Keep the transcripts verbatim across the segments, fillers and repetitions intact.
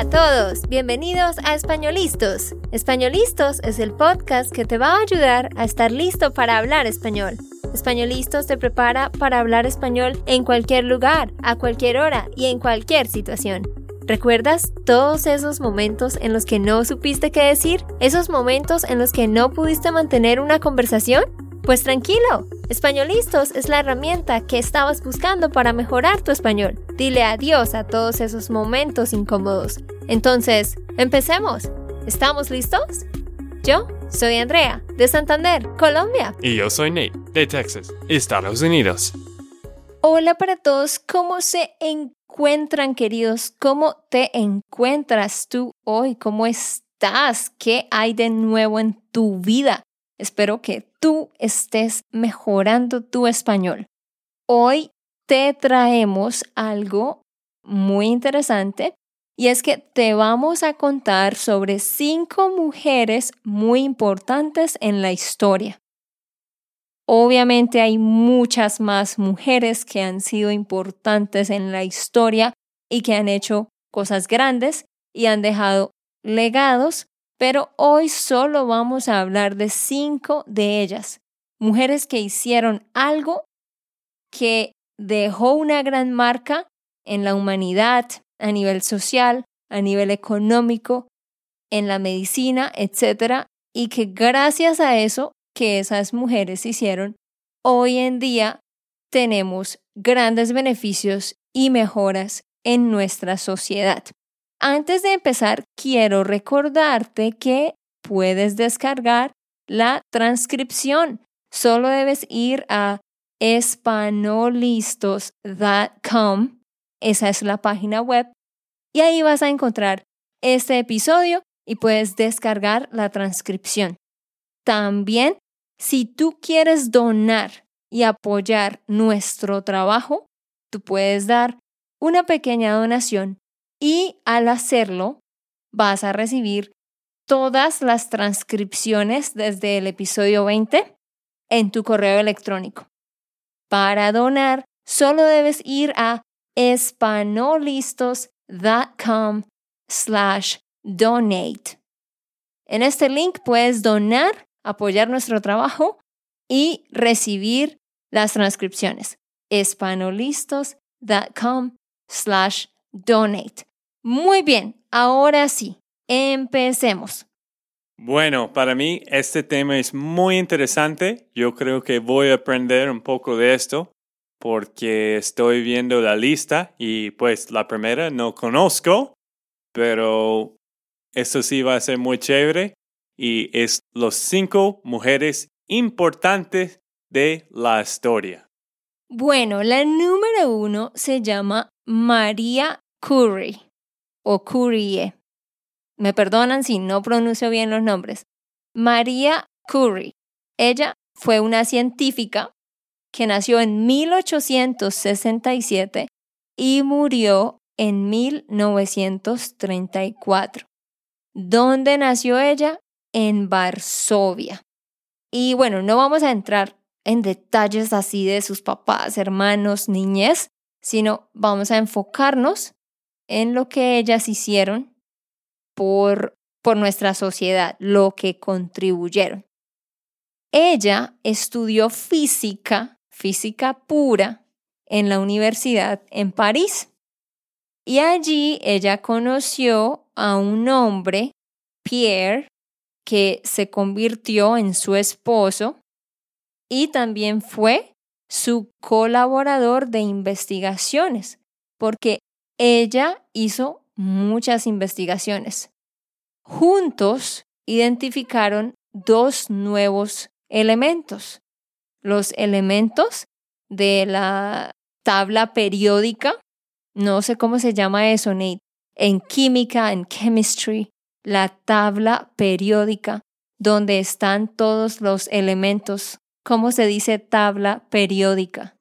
a todos, bienvenidos a Españolistos. Españolistos es el podcast que te va a ayudar a estar listo para hablar español. Españolistos te prepara para hablar español en cualquier lugar, a cualquier hora y en cualquier situación. ¿Recuerdas todos esos momentos en los que no supiste qué decir? ¿Esos momentos en los que no pudiste mantener una conversación? Pues tranquilo, Españolistos es la herramienta que estabas buscando para mejorar tu español. Dile adiós a todos esos momentos incómodos. Entonces, empecemos. ¿Estamos listos? Yo soy Andrea, de Santander, Colombia. Y yo soy Nate, de Texas, Estados Unidos. Hola para todos, ¿cómo se encuentran, queridos? ¿Cómo te encuentras tú hoy? ¿Cómo estás? ¿Qué hay de nuevo en tu vida? Espero que tú estés mejorando tu español. Hoy te traemos algo muy interesante y es que te vamos a contar sobre cinco mujeres muy importantes en la historia. Obviamente hay muchas más mujeres que han sido importantes en la historia y que han hecho cosas grandes y han dejado legados, pero hoy solo vamos a hablar de cinco de ellas. Mujeres que hicieron algo que dejó una gran marca en la humanidad, a nivel social, a nivel económico, en la medicina, etcétera, y que gracias a eso que esas mujeres hicieron, hoy en día tenemos grandes beneficios y mejoras en nuestra sociedad. Antes de empezar, quiero recordarte que puedes descargar la transcripción. Solo debes ir a espanolistos punto com. Esa es la página web. Y ahí vas a encontrar este episodio y puedes descargar la transcripción. También, si tú quieres donar y apoyar nuestro trabajo, tú puedes dar una pequeña donación y al hacerlo vas a recibir todas las transcripciones desde el episodio veinte en tu correo electrónico. Para donar, solo debes ir a espanolistos punto com slash donate. En este link puedes donar, apoyar nuestro trabajo y recibir las transcripciones. espanolistos punto com slash donate. Muy bien, ahora sí, empecemos. Bueno, para mí este tema es muy interesante. Yo creo que voy a aprender un poco de esto porque estoy viendo la lista y pues la primera no conozco, pero esto sí va a ser muy chévere y es los cinco mujeres importantes de la historia. Bueno, la número uno se llama María Curie o Curie. Me perdonan si no pronuncio bien los nombres. María Curie. Ella fue una científica que nació en mil ochocientos sesenta y siete y murió en mil novecientos treinta y cuatro. ¿Dónde nació ella? En Varsovia. Y bueno, no vamos a entrar en detalles así de sus papás, hermanos, niñez, sino vamos a enfocarnos en lo que ellas hicieron por, por nuestra sociedad, lo que contribuyeron. Ella estudió física, física pura, en la universidad en París. Y allí ella conoció a un hombre, Pierre, que se convirtió en su esposo y también fue su colaborador de investigaciones, porque ella hizo muchas investigaciones. Juntos identificaron dos nuevos elementos, los elementos de la tabla periódica. No sé cómo se llama eso, Nate. En química, en chemistry, la tabla periódica, donde están todos los elementos. ¿Cómo se dice tabla periódica?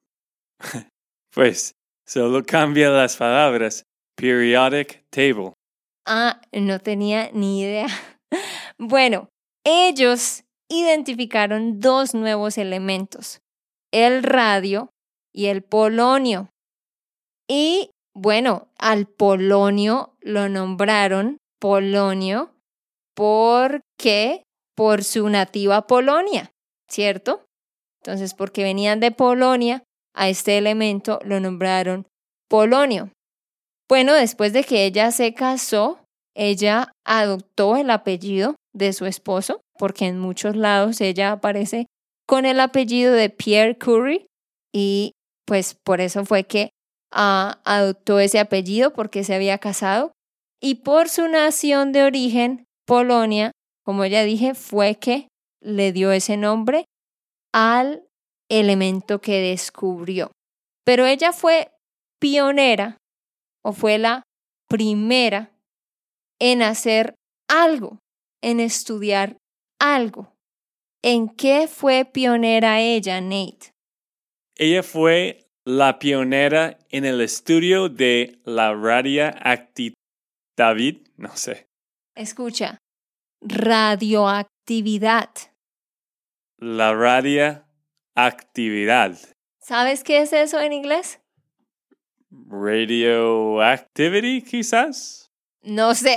Pues solo cambia las palabras. Periodic table. Ah, no tenía ni idea. Bueno, ellos identificaron dos nuevos elementos, el radio y el polonio. Y Bueno, al polonio lo nombraron Polonio porque por su nativa Polonia, ¿cierto? Entonces, porque venían de Polonia, a este elemento lo nombraron Polonio. Bueno, después de que ella se casó, ella adoptó el apellido de su esposo, porque en muchos lados ella aparece con el apellido de Pierre Curie y pues por eso fue que uh, adoptó ese apellido porque se había casado. Y por su nación de origen, Polonia, como ya dije, fue que le dio ese nombre al elemento que descubrió. Pero ella fue pionera o fue la primera en hacer algo, en estudiar algo. ¿En qué fue pionera ella, Nate? Ella fue la pionera en el estudio de la radioactividad. No sé. Escucha, radioactividad. La radioactividad. ¿Sabes qué es eso en inglés? Radioactivity, quizás. No sé,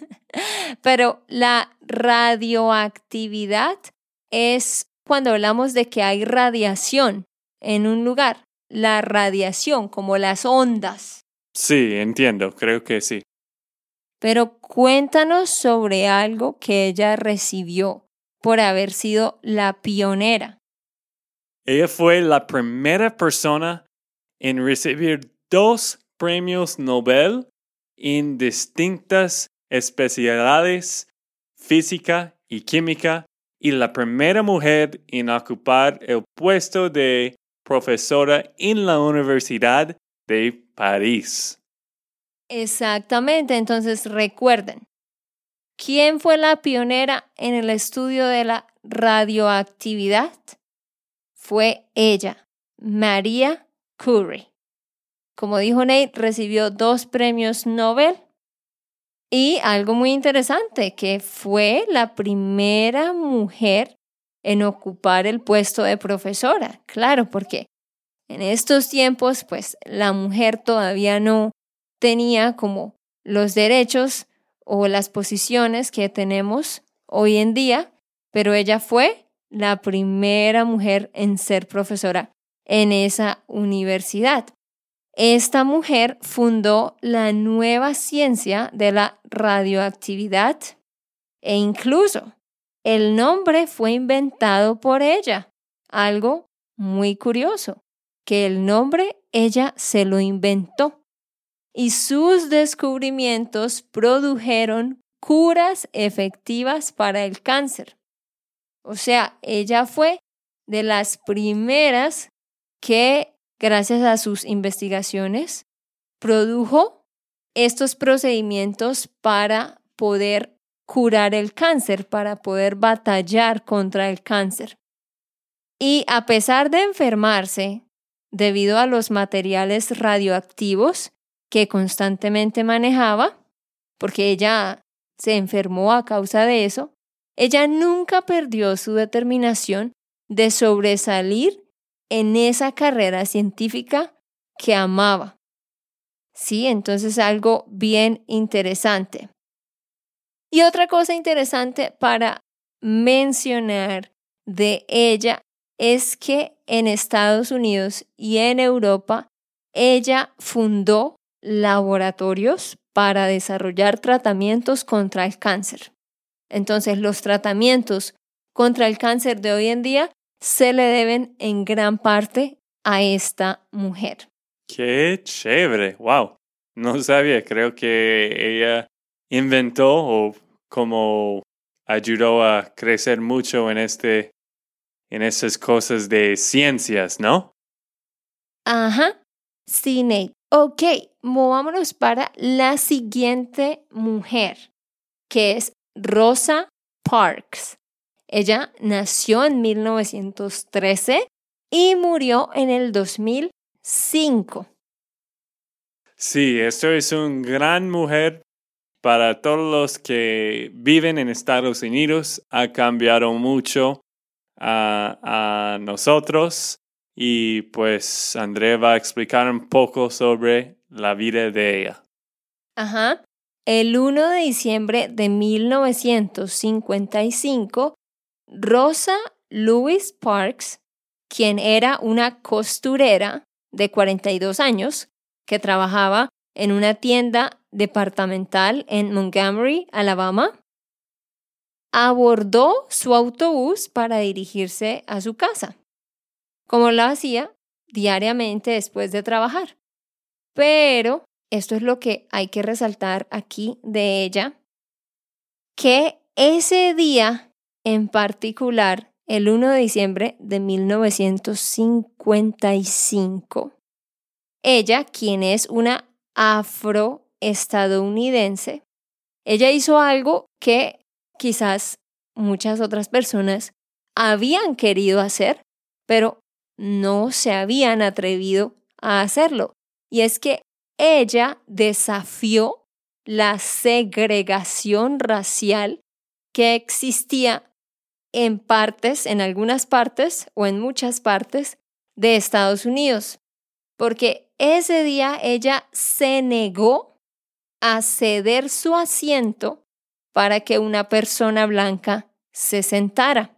pero la radioactividad es cuando hablamos de que hay radiación en un lugar. La radiación, como las ondas. Sí, entiendo, creo que sí. Pero cuéntanos sobre algo que ella recibió por haber sido la pionera. Ella fue la primera persona en recibir dos premios Nobel en distintas especialidades, física y química, y la primera mujer en ocupar el puesto de profesora en la Universidad de París. Exactamente, entonces recuerden, ¿quién fue la pionera en el estudio de la radioactividad? Fue ella, María Curie. Como dijo Nate, recibió dos premios Nobel y algo muy interesante, que fue la primera mujer en ocupar el puesto de profesora. Claro, porque en estos tiempos, pues la mujer todavía no tenía como los derechos o las posiciones que tenemos hoy en día, pero ella fue la primera mujer en ser profesora en esa universidad. Esta mujer fundó la nueva ciencia de la radioactividad e incluso el nombre fue inventado por ella. Algo muy curioso, que el nombre ella se lo inventó. Y sus descubrimientos produjeron curas efectivas para el cáncer. O sea, ella fue de las primeras que, gracias a sus investigaciones, produjo estos procedimientos para poder curar el cáncer, para poder batallar contra el cáncer. Y a pesar de enfermarse debido a los materiales radioactivos que constantemente manejaba, porque ella se enfermó a causa de eso, ella nunca perdió su determinación de sobresalir en esa carrera científica que amaba. Sí, entonces algo bien interesante. Y otra cosa interesante para mencionar de ella es que en Estados Unidos y en Europa ella fundó laboratorios para desarrollar tratamientos contra el cáncer. Entonces, los tratamientos contra el cáncer de hoy en día se le deben en gran parte a esta mujer. ¡Qué chévere! ¡Wow! No sabía, creo que ella inventó o como ayudó a crecer mucho en este, en esas cosas de ciencias, ¿no? Ajá, sí, Nate. Ok, movámonos para la siguiente mujer, que es Rosa Parks. Ella nació en mil novecientos trece y murió en el dos mil cinco. Sí, esto es una gran mujer para todos los que viven en Estados Unidos. Ha cambiado mucho a, a nosotros y pues Andrea va a explicar un poco sobre la vida de ella. Ajá. El uno de diciembre de mil novecientos cincuenta y cinco, Rosa Louise Parks, quien era una costurera de cuarenta y dos años, que trabajaba en una tienda departamental en Montgomery, Alabama, abordó su autobús para dirigirse a su casa, como lo hacía diariamente después de trabajar. Pero esto es lo que hay que resaltar aquí de ella, que ese día en particular, el uno de diciembre de mil novecientos cincuenta y cinco, ella, quien es una afroestadounidense, ella hizo algo que quizás muchas otras personas habían querido hacer, pero no se habían atrevido a hacerlo. Y es que ella desafió la segregación racial que existía en partes, en algunas partes o en muchas partes de Estados Unidos, porque ese día ella se negó a ceder su asiento para que una persona blanca se sentara.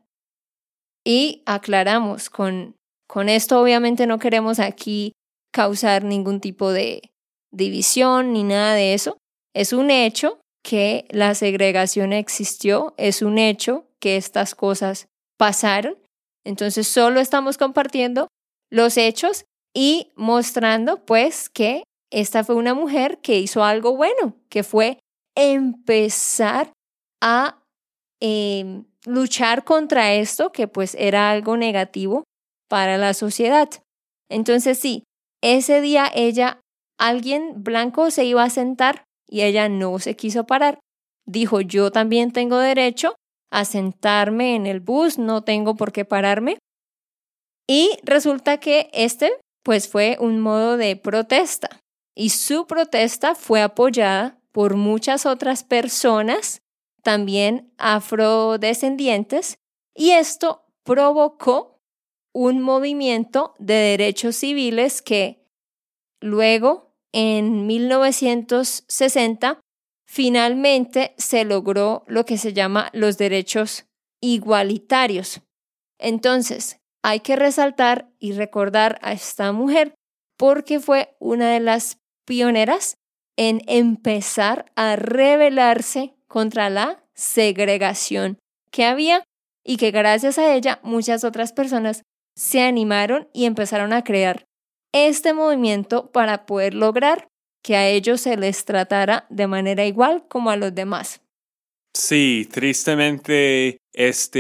Y aclaramos, con, con esto obviamente no queremos aquí causar ningún tipo de división ni nada de eso. Es un hecho que la segregación existió, es un hecho que estas cosas pasaron. Entonces solo estamos compartiendo los hechos y mostrando pues que esta fue una mujer que hizo algo bueno, que fue empezar a eh, luchar contra esto, que pues era algo negativo para la sociedad. Entonces sí, ese día ella, alguien blanco se iba a sentar y ella no se quiso parar. Dijo, yo también tengo derecho a sentarme en el bus, no tengo por qué pararme. Y resulta que este pues fue un modo de protesta. Y su protesta fue apoyada por muchas otras personas, también afrodescendientes, y esto provocó un movimiento de derechos civiles que luego, en mil novecientos sesenta, finalmente se logró lo que se llama los derechos igualitarios. Entonces, hay que resaltar y recordar a esta mujer porque fue una de las pioneras en empezar a rebelarse contra la segregación que había y que gracias a ella muchas otras personas se animaron y empezaron a crear este movimiento para poder lograr que a ellos se les tratara de manera igual como a los demás. Sí, tristemente, esta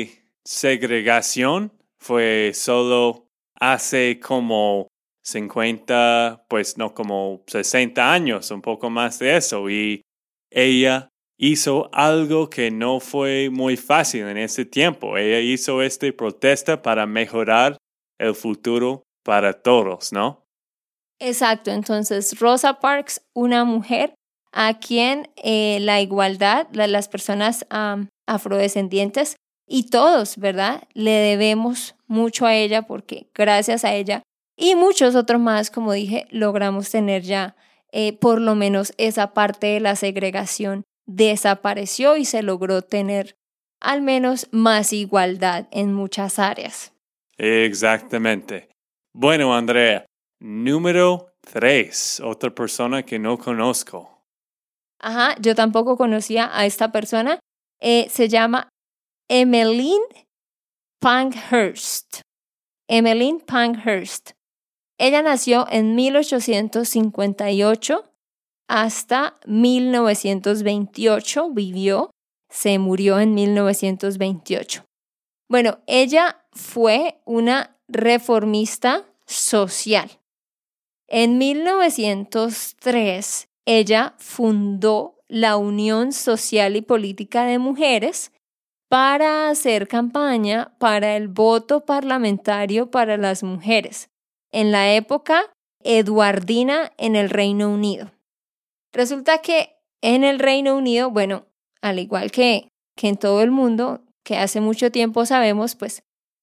segregación fue solo hace como cincuenta, pues no, como sesenta años, un poco más de eso. Y ella hizo algo que no fue muy fácil en ese tiempo. Ella hizo esta protesta para mejorar el futuro para todos, ¿no? Exacto, entonces Rosa Parks, una mujer a quien eh, la igualdad, la, las personas um, afrodescendientes y todos, ¿verdad? Le debemos mucho a ella porque gracias a ella y muchos otros más, como dije, logramos tener ya eh, por lo menos esa parte de la segregación desapareció y se logró tener al menos más igualdad en muchas áreas. Exactamente. Bueno, Andrea, número tres, otra persona que no conozco. Ajá, yo tampoco conocía a esta persona. Eh, se llama Emmeline Pankhurst. Emmeline Pankhurst. Ella nació en mil ochocientos cincuenta y ocho hasta mil novecientos veintiocho, vivió, se murió en mil novecientos veintiocho. Bueno, ella fue una reformista social. En mil novecientos tres, ella fundó la Unión Social y Política de Mujeres para hacer campaña para el voto parlamentario para las mujeres en la época eduardina en el Reino Unido. Resulta que en el Reino Unido, bueno, al igual que, que en todo el mundo, que hace mucho tiempo sabemos, pues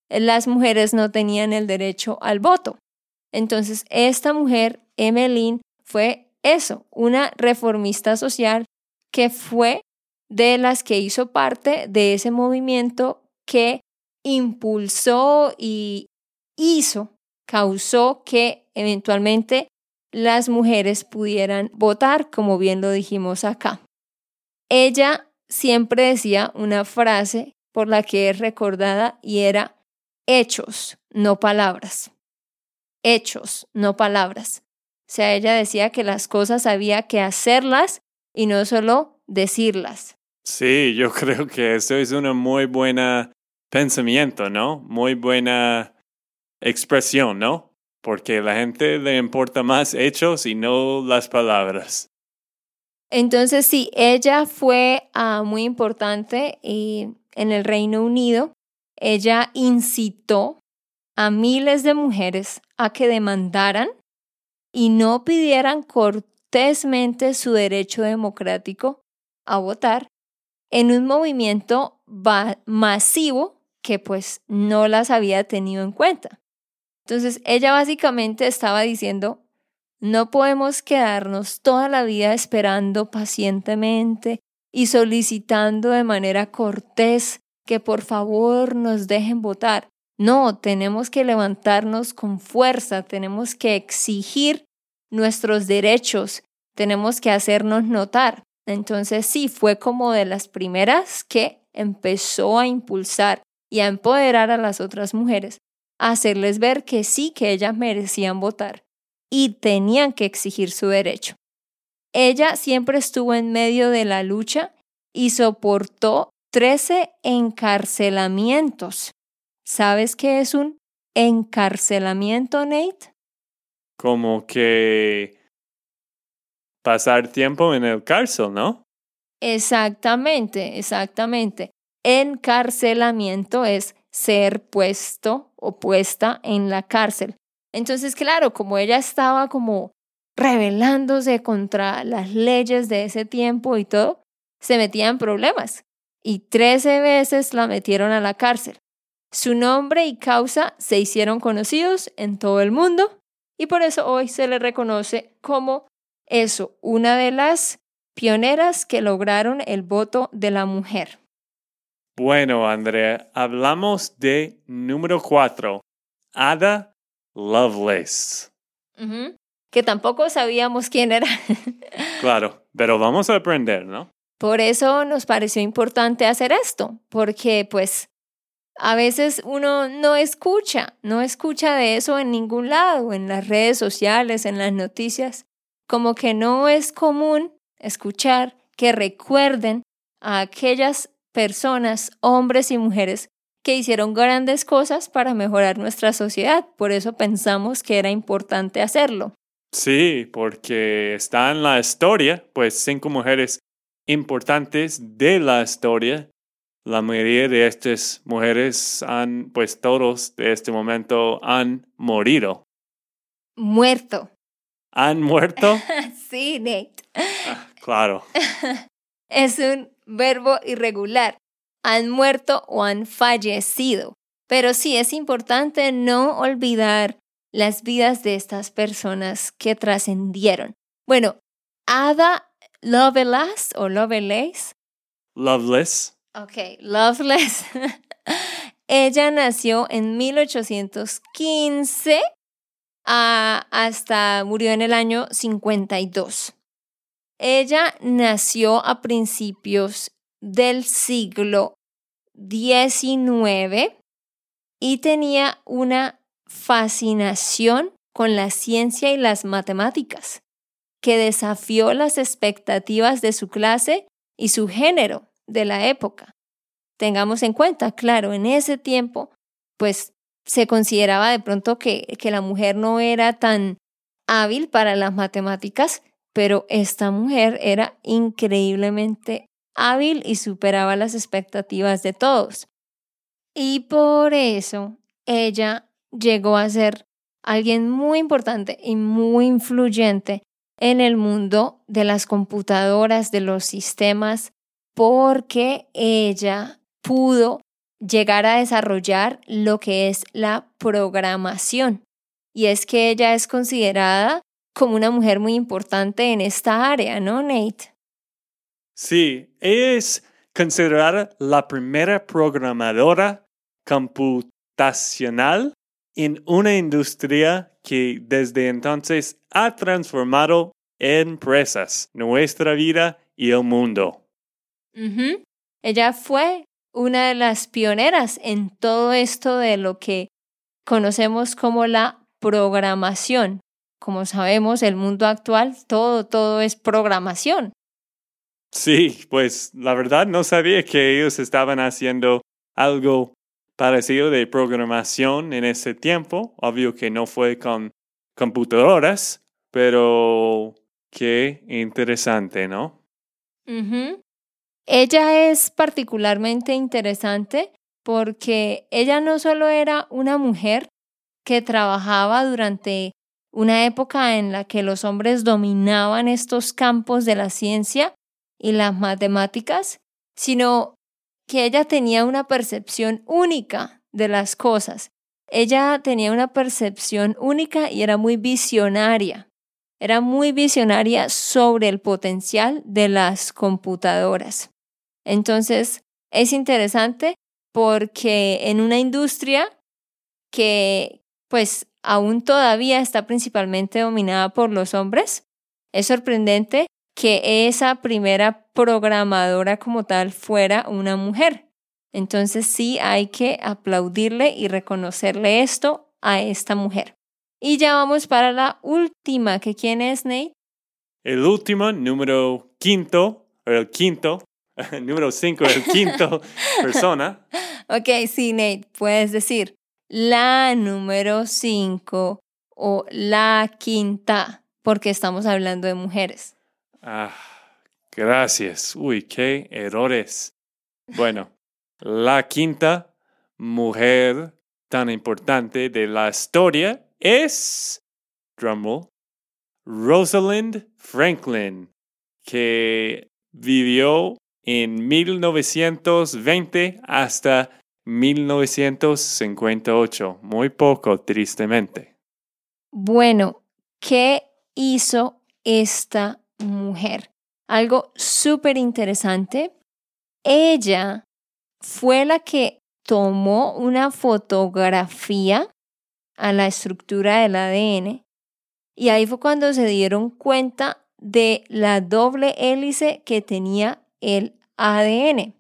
las mujeres no tenían el derecho al voto. Entonces, esta mujer, Emmeline, fue eso, una reformista social que fue de las que hizo parte de ese movimiento que impulsó y hizo, causó que eventualmente las mujeres pudieran votar, como bien lo dijimos acá. Ella siempre decía una frase por la que es recordada y era hechos, no palabras. Hechos, no palabras. O sea, ella decía que las cosas había que hacerlas y no solo decirlas. Sí, yo creo que eso es una muy buena pensamiento, ¿no? Muy buena expresión, ¿no? Porque a la gente le importa más hechos y no las palabras. Entonces, sí, ella fue uh, muy importante y en el Reino Unido. Ella incitó a miles de mujeres a que demandaran y no pidieran cortésmente su derecho democrático a votar en un movimiento masivo que pues no las había tenido en cuenta. Entonces ella básicamente estaba diciendo, no podemos quedarnos toda la vida esperando pacientemente y solicitando de manera cortés que por favor nos dejen votar. No, tenemos que levantarnos con fuerza, tenemos que exigir nuestros derechos, tenemos que hacernos notar. Entonces sí, fue como de las primeras que empezó a impulsar y a empoderar a las otras mujeres, a hacerles ver que sí, que ellas merecían votar y tenían que exigir su derecho. Ella siempre estuvo en medio de la lucha y soportó trece encarcelamientos. ¿Sabes qué es un encarcelamiento, Nate? Como que pasar tiempo en el cárcel, ¿no? Exactamente, exactamente. Encarcelamiento es ser puesto o puesta en la cárcel. Entonces, claro, como ella estaba como rebelándose contra las leyes de ese tiempo y todo, se metía en problemas. Y trece veces la metieron a la cárcel. Su nombre y causa se hicieron conocidos en todo el mundo y por eso hoy se le reconoce como eso, una de las pioneras que lograron el voto de la mujer. Bueno, Andrea, hablamos de número cuatro, Ada Lovelace. Uh-huh. Que tampoco sabíamos quién era. Claro, pero vamos a aprender, ¿no? Por eso nos pareció importante hacer esto, porque pues a veces uno no escucha, no escucha de eso en ningún lado, en las redes sociales, en las noticias. Como que no es común escuchar que recuerden a aquellas personas, hombres y mujeres, que hicieron grandes cosas para mejorar nuestra sociedad. Por eso pensamos que era importante hacerlo. Sí, porque está en la historia, pues cinco mujeres importantes de la historia. La mayoría de estas mujeres han, pues todos de este momento han morido. Muerto. ¿Han muerto? Sí, Nate. Ah, claro. Es un verbo irregular. Han muerto o han fallecido. Pero sí es importante no olvidar las vidas de estas personas que trascendieron. Bueno, Ada Lovelace o Lovelace. Loveless. Ok, Lovelace. Ella nació en mil ochocientos quince uh, hasta murió en el año cincuenta y dos. Ella nació a principios del siglo diecinueve y tenía una fascinación con la ciencia y las matemáticas que desafió las expectativas de su clase y su género de la época. Tengamos en cuenta, claro, en ese tiempo, pues se consideraba de pronto que, que la mujer no era tan hábil para las matemáticas, pero esta mujer era increíblemente hábil y superaba las expectativas de todos. Y por eso ella llegó a ser alguien muy importante y muy influyente en el mundo de las computadoras, de los sistemas, porque ella pudo llegar a desarrollar lo que es la programación. Y es que ella es considerada como una mujer muy importante en esta área, ¿no, Nate? Sí, ella es considerada la primera programadora computacional en una industria que desde entonces ha transformado empresas, nuestra vida y el mundo. Uh-huh. Ella fue una de las pioneras en todo esto de lo que conocemos como la programación. Como sabemos, el mundo actual, todo, todo es programación. Sí, pues la verdad no sabía que ellos estaban haciendo algo parecido de programación en ese tiempo. Obvio que no fue con computadoras, pero qué interesante, ¿no? Uh-huh. Ella es particularmente interesante porque ella no solo era una mujer que trabajaba durante una época en la que los hombres dominaban estos campos de la ciencia y las matemáticas, sino que ella tenía una percepción única de las cosas. Ella tenía una percepción única y era muy visionaria. Era muy visionaria sobre el potencial de las computadoras. Entonces, es interesante porque en una industria que, pues, aún todavía está principalmente dominada por los hombres, es sorprendente que esa primera programadora como tal fuera una mujer. Entonces sí hay que aplaudirle y reconocerle esto a esta mujer. Y ya vamos para la última, que ¿quién es, Nate? El último, número quinto, o el quinto, número cinco, el quinto persona. Ok, sí, Nate, puedes decir la número cinco o la quinta, porque estamos hablando de mujeres. Ah, gracias. Uy, qué errores. Bueno, la quinta mujer tan importante de la historia es, drumroll, Rosalind Franklin, que vivió en mil novecientos veinte hasta mil novecientos cincuenta y ocho. Muy poco, tristemente. Bueno, ¿qué hizo esta mujer? Algo súper interesante. Ella fue la que tomó una fotografía a la estructura del A D N y ahí fue cuando se dieron cuenta de la doble hélice que tenía el A D N.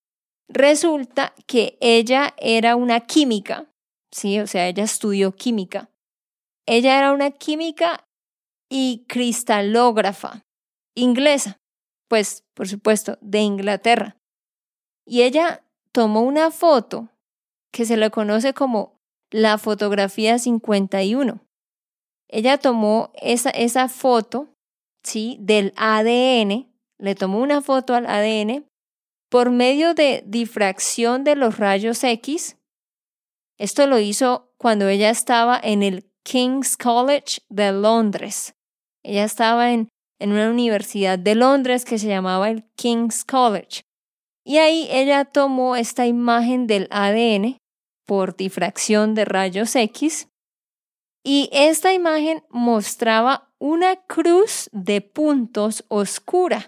Resulta que ella era una química, ¿sí? O sea, ella estudió química. Ella era una química y cristalógrafa inglesa, pues por supuesto de Inglaterra. Y ella tomó una foto que se le conoce como la fotografía cincuenta y uno. Ella tomó esa, esa foto, ¿sí?, del A D N, le tomó una foto al A D N por medio de difracción de los rayos X. Esto lo hizo cuando ella estaba en el King's College de Londres. Ella estaba en, en una universidad de Londres que se llamaba el King's College. Y ahí ella tomó esta imagen del A D N por difracción de rayos X. Y esta imagen mostraba una cruz de puntos oscura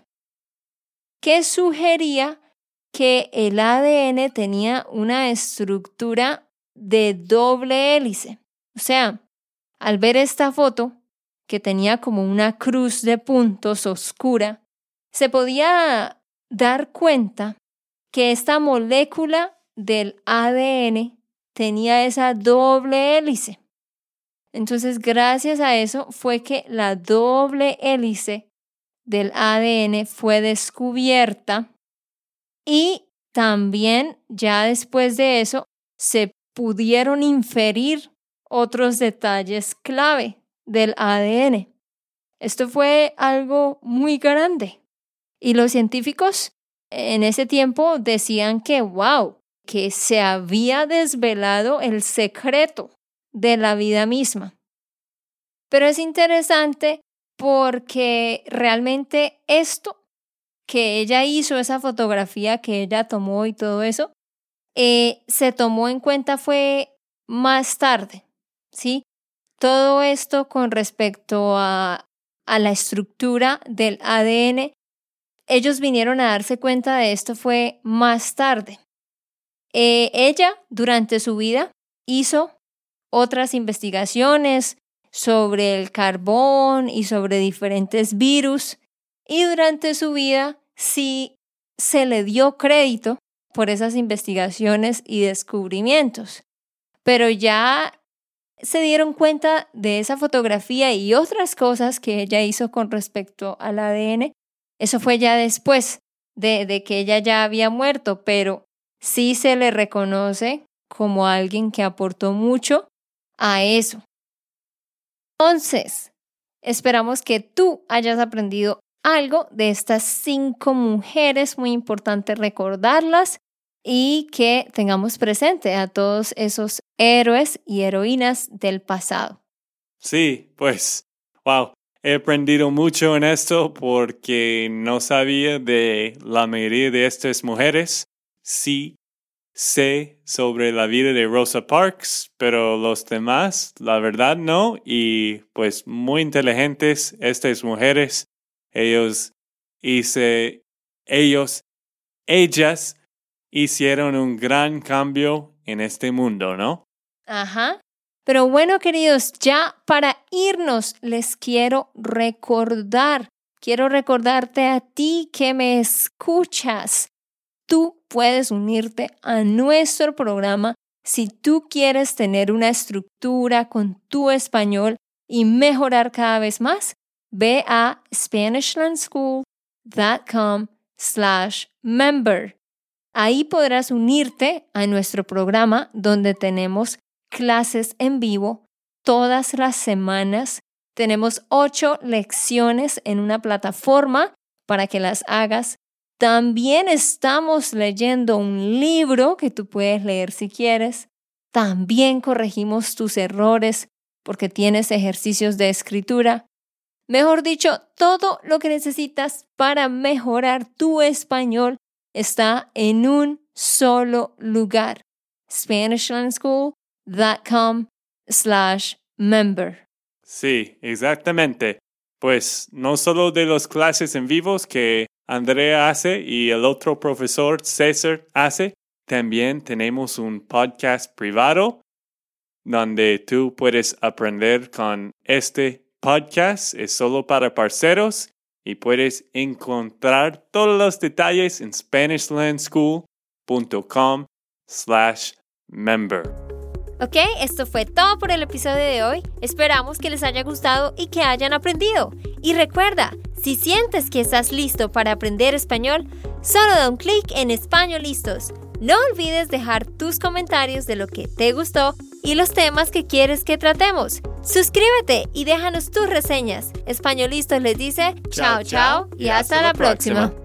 que sugería que el A D N tenía una estructura de doble hélice. O sea, al ver esta foto, que tenía como una cruz de puntos oscura, se podía dar cuenta que esta molécula del A D N tenía esa doble hélice. Entonces, gracias a eso fue que la doble hélice del A D N fue descubierta y también ya después de eso se pudieron inferir otros detalles clave del A D N. Esto fue algo muy grande y los científicos en ese tiempo decían que, wow, que se había desvelado el secreto de la vida misma. Pero es interesante porque realmente esto que ella hizo, esa fotografía que ella tomó y todo eso, eh, se tomó en cuenta fue más tarde, ¿sí? Todo esto con respecto a, a la estructura del A D N, ellos vinieron a darse cuenta de esto fue más tarde. Eh, ella, durante su vida, hizo otras investigaciones sobre el carbón y sobre diferentes virus, y durante su vida sí se le dio crédito por esas investigaciones y descubrimientos. Pero ya se dieron cuenta de esa fotografía y otras cosas que ella hizo con respecto al A D N. Eso fue ya después de, de que ella ya había muerto, pero sí se le reconoce como alguien que aportó mucho a eso. Entonces, esperamos que tú hayas aprendido algo de estas cinco mujeres, muy importante recordarlas y que tengamos presente a todos esos héroes y heroínas del pasado. Sí, pues, wow, he aprendido mucho en esto porque no sabía de la mayoría de estas mujeres. Sí sé sobre la vida de Rosa Parks, pero los demás, la verdad no. Y pues muy inteligentes estas mujeres. Ellos hice, ellos, ellas hicieron un gran cambio en este mundo, ¿no? Ajá. Pero bueno, queridos, ya para irnos les quiero recordar, quiero recordarte a ti que me escuchas. Tú puedes unirte a nuestro programa si tú quieres tener una estructura con tu español y mejorar cada vez más. Ve a SpanishLandSchool.com slash member. Ahí podrás unirte a nuestro programa donde tenemos clases en vivo todas las semanas. Tenemos ocho lecciones en una plataforma para que las hagas. También estamos leyendo un libro que tú puedes leer si quieres. También corregimos tus errores porque tienes ejercicios de escritura. Mejor dicho, todo lo que necesitas para mejorar tu español está en un solo lugar. SpanishLandSchool.com slash member. Sí, exactamente. Pues no solo de las clases en vivos que Andrea hace y el otro profesor César hace, también tenemos un podcast privado donde tú puedes aprender con este podcast. Es solo para parceros y puedes encontrar todos los detalles en SpanishLandSchool.com slash member. Ok, esto fue todo por el episodio de hoy. Esperamos que les haya gustado y que hayan aprendido. Y recuerda, si sientes que estás listo para aprender español, solo da un clic en Español Listos. No olvides dejar tus comentarios de lo que te gustó y los temas que quieres que tratemos. Suscríbete y déjanos tus reseñas. Español Listos les dice chao, chao y hasta, hasta la próxima. próxima.